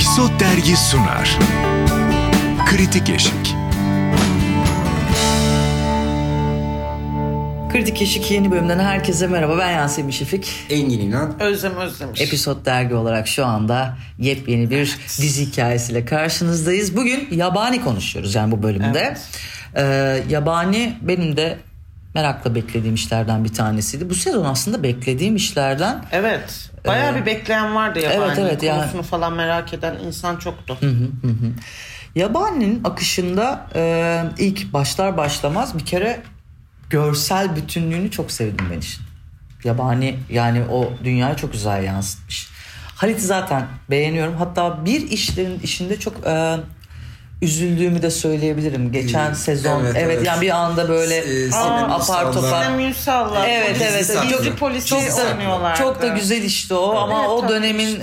Episod Dergi sunar. Kritik Eşik. Kritik Eşik yeni bölümden herkese merhaba. Ben Yasemin Şefik. Engin İnan. Özlem. Episod Dergi olarak şu anda yepyeni bir dizi hikayesiyle karşınızdayız. Bugün Yabani konuşuyoruz yani bu bölümde. Evet. Yabani benim de merakla beklediğim işlerden bir tanesiydi. Bu sezon aslında beklediğim işlerden. Evet. Bayağı bir bekleyen vardı Yabani. Evet, konusunu yani falan merak eden insan çoktu. Yabani'nin akışında ilk başlar başlamaz bir kere görsel bütünlüğünü çok sevdim ben işin. Yabani yani o dünyayı çok güzel yansıtmış. Halit'i zaten beğeniyorum. Hatta bir işlerin işinde çok üzüldüğümü de söyleyebilirim. Geçen sezon evet yani bir anda böyle apar topar. Sinem Ünsal'la. Evet. Dizi polisi oynuyorlar. Çok da güzel işte o ama Evet, o dönemin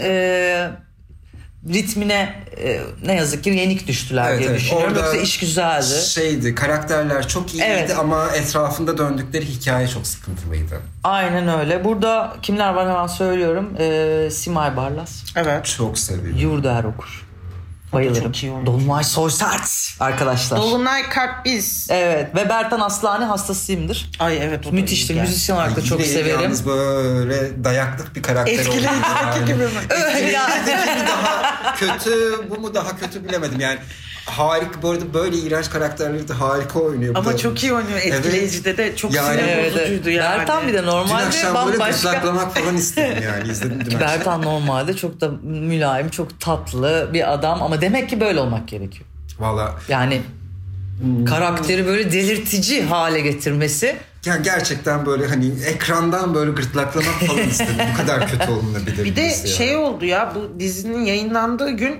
ritmine ne yazık ki yenik düştüler diye düşünüyorum. Orada yoksa iş güzeldi. Karakterler çok iyiydi ama etrafında döndükleri hikaye çok sıkıntılıydı. Aynen öyle. Burada kimler var hemen söylüyorum. Simay Barlas. Evet. Çok seviyorum. Yurda Erokur. Bayılırım. Dolunay Soysert arkadaşlar. Dolunay Kalkbiz. Evet ve Bertan Aslani hastasıyımdır. Ay evet. Müthiştir. Müzisyen olarak da çok severim. Yalnız böyle dayaklık bir karakter oldu. Etkileyicindeki gibi mi? Etkileyicindeki mi daha kötü, bu mu daha kötü bilemedim yani. Harika, bu arada böyle iğrenç karakterleri de harika oynuyor. Ama çok iyi oynuyor. Etkileyicide de çok sinir bozucuydu yani. Bertan bir de normalde dün akşam böyle gırtlaklamak falan istedim yani. İzledim dün akşam. Bertan normalde çok da mülayim, çok tatlı bir adam ama demek ki böyle olmak gerekiyor. Valla. Yani karakteri böyle delirtici hale getirmesi. Yani gerçekten böyle hani ekrandan böyle gırtlaklamak falan istedim. Bu kadar kötü olunabilir. Bir de oldu ya, bu dizinin yayınlandığı gün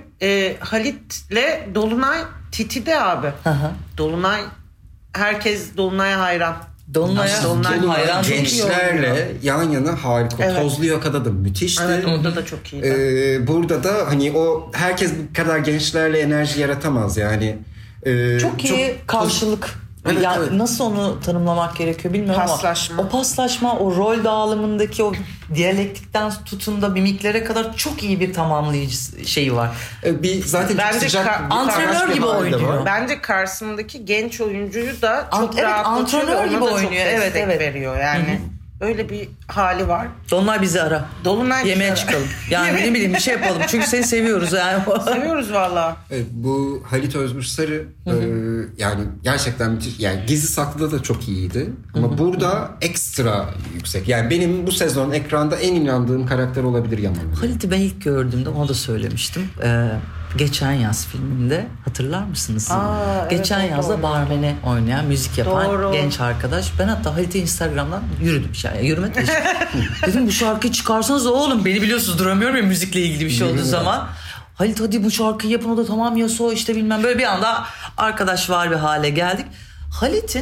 Halit'le Dolunay Titi'de abi. Dolunay, herkes Dolunay'a hayran. Dolunay hayran, gençlerle yan yana harika. Evet. Tozlu Yaka'da da müthişti. Evet, orada da çok iyiydi. Burada da hani o herkes bu kadar gençlerle enerji yaratamaz yani. Çok iyi karşılık. Evet, yani evet. Nasıl onu tanımlamak gerekiyor bilmiyorum Paslaşma. ama o paslaşma, o rol dağılımındaki o diyalektikten tutun da mimiklere kadar çok iyi bir tamamlayıcı şeyi var. Zaten bence sıcak antrenör gibi oynuyor. Bence karşısındaki genç oyuncuyu da çok rahatlatıyor. Antrenör gibi oynuyor. Evet. Veriyor yani. Öyle bir hali var. Dolunay bizi ara. Dolunay yemeğe çıkalım. Yani ne bileyim bir şey yapalım. Çünkü seni seviyoruz yani. Seviyoruz valla. Evet, bu Halit Özgür Sarı yani gerçekten müthiş. Yani Gizli Saklı'da da çok iyiydi. Ama burada ekstra yüksek. Yani benim bu sezon ekranda en inandığım karakter olabilir Yaman. Halit'i ben ilk gördüğümde onu da söylemiştim. Geçen yaz filminde hatırlar mısınız? Geçen yazda barmene oynayan, müzik yapan genç arkadaş. Ben hatta Halit'i Instagram'dan yürüdüm. Yani yürümedim. Dedim bu şarkıyı çıkarsanız oğlum, beni biliyorsunuz duramıyorum ya müzikle ilgili bir şey olduğu zaman. Halit hadi bu şarkıyı yapın, o da tamam ya so işte bilmem, böyle bir anda arkadaş var bir hale geldik. Halit'in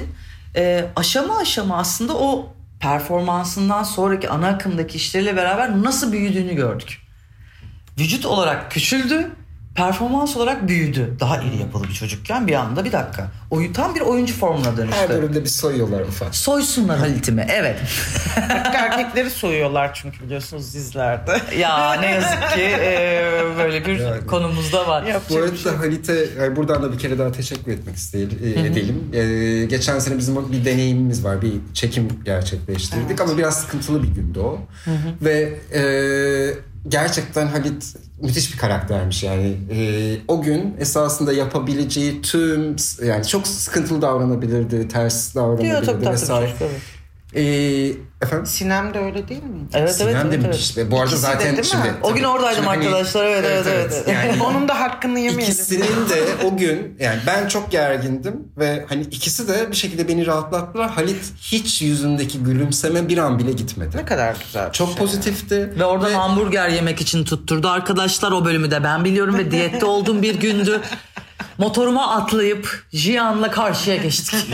aşama aşama aslında o performansından sonraki ana akımdaki işleriyle beraber nasıl büyüdüğünü gördük. Vücut olarak küçüldü, performans olarak büyüdü. Daha iri yapılı bir çocukken bir anda bir dakika. Tam bir oyuncu formuna dönüştü. Her bölümde bir soyuyorlar ufak. Soysunlar Halit'imi, evet. Erkekleri soyuyorlar çünkü biliyorsunuz dizilerde. Ya ne yazık ki böyle bir konumuzda var. Bu arada Halit'e buradan da bir kere daha teşekkür etmek edelim. Geçen sene bizim bir deneyimimiz var. Bir çekim gerçekleştirdik ama biraz sıkıntılı bir gündü o. Ve gerçekten Halit müthiş bir karaktermiş yani. O gün esasında yapabileceği tüm, yani çok sıkıntılı davranabilirdi, ters davranabilirdi vesaire. Efendim? Sinem de öyle değil mi? Evet. Sinem de müthiş. Bu arada İkisi zaten de, şimdi o gün oradaydım arkadaşlar. Evet. Yani onun da hakkını yemeyelim. İkisinin de o gün yani ben çok gergindim ve hani ikisi de bir şekilde beni rahatlattılar. Halit hiç yüzündeki gülümseme bir an bile gitmedi. Ne kadar güzel. Çok pozitifti. Ve oradan hamburger yemek için tutturdu arkadaşlar, o bölümü de ben biliyorum ve diyette olduğum bir gündü. Motoruma atlayıp Jiyan'la karşıya geçtik.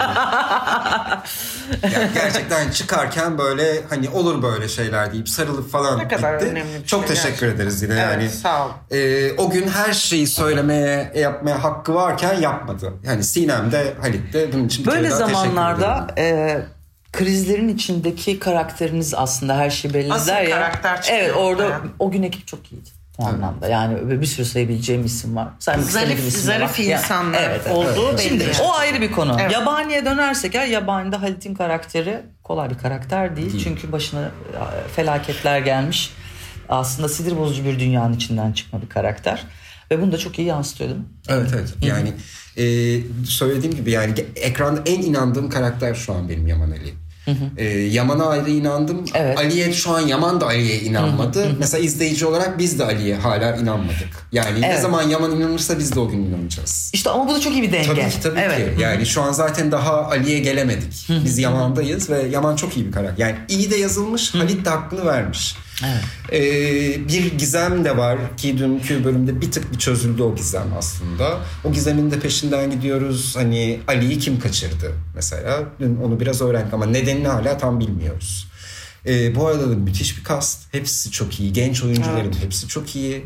Yani gerçekten çıkarken böyle hani olur böyle şeyler deyip sarılıp falan ne kadar gitti. Önemli bir çok şey teşekkür gerçekten. ederiz yine evet, yani. Sağ ol. O gün her şeyi söylemeye, yapmaya hakkı varken yapmadı. Yani Sinem de Halit de bunun için bir böyle kere daha zamanlarda krizlerin içindeki karakteriniz aslında her şeyi belli asıl eder ya. karakter çıkıyor. Evet, orada o gün ekip çok iyiydi. o anlamda. Yani bir sürü sayabileceğim isim var. Zarif insanlar olduğu belli. Şimdi yani. o ayrı bir konu. Evet. Yabani'ye dönersek Yabani'de Halit'in karakteri kolay bir karakter değil. Çünkü başına felaketler gelmiş. Aslında sinir bozucu bir dünyanın içinden çıkma bir karakter. Ve bunu da çok iyi yansıtıyor değil mi? Evet. Yani söylediğim gibi yani ekranda en inandığım karakter şu an benim Yaman Ali. Yaman'a ayrı inandım. Evet. Ali'ye şu an Yaman da Ali'ye inanmadı. Mesela izleyici olarak biz de Ali'ye hala inanmadık. Yani ne zaman Yaman inanırsa biz de o gün inanacağız. İşte ama bu da çok iyi bir denge. Tabii ki. Yani şu an zaten daha Ali'ye gelemedik. Biz Yaman'dayız ve Yaman çok iyi bir karakter. Yani iyi de yazılmış, Halit de hakkını vermiş. Evet. Bir gizem de var ki dünkü bölümde bir tık bir çözüldü o gizem aslında. O gizemin de peşinden gidiyoruz. Hani Ali'yi kim kaçırdı mesela? Dün onu biraz öğrendik ama nedenini hala tam bilmiyoruz. Bu arada da müthiş bir cast. Hepsi çok iyi. Genç oyuncuların hepsi çok iyi.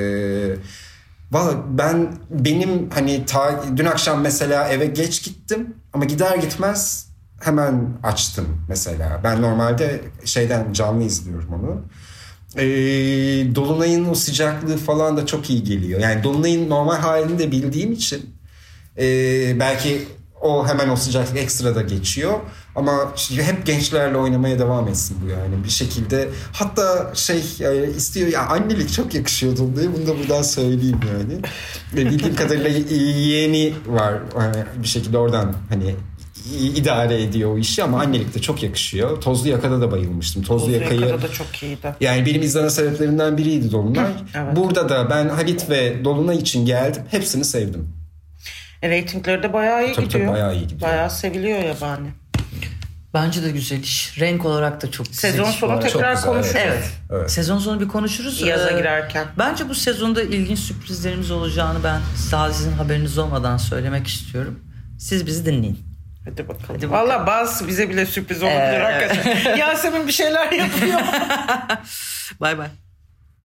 Valla benim hani dün akşam mesela eve geç gittim ama gider gitmez hemen açtım mesela. Ben normalde canlı izliyorum onu. Dolunay'ın o sıcaklığı falan da çok iyi geliyor. Yani Dolunay'ın normal halini de bildiğim için belki o hemen o sıcaklık ekstra da geçiyor. Ama hep gençlerle oynamaya devam etsin bu yani bir şekilde. Hatta istiyor ya, annelik çok yakışıyor Dolunay'a. Bunu da buradan söyleyeyim yani. Bildiğim kadarıyla yeğeni var bir şekilde oradan hani idare ediyor o işi ama annelik de çok yakışıyor. Tozlu Yaka'da da bayılmıştım. Tozlu Yaka'da da çok iyiydi. Yani benim izleme sebeplerinden biriydi Dolunay. Evet. Burada da ben Halit ve Dolunay için geldim. Hepsini sevdim. Reytingleri de bayağı iyi gidiyor. Tabii bayağı iyi gidiyor. Bayağı seviliyor Yabani. Bence de güzel iş. Renk olarak da çok güzel Sezon iş. sonu tekrar konuşuruz. Evet. Sezon sonu bir konuşuruz. Yaza girerken. Bence bu sezonda ilginç sürprizlerimiz olacağını ben daha sizin haberiniz olmadan söylemek istiyorum. Siz bizi dinleyin. Hadi bakalım. Valla bazı bize bile sürpriz olabilir hakikaten. Yasemin bir şeyler yapıyor. Bay bay.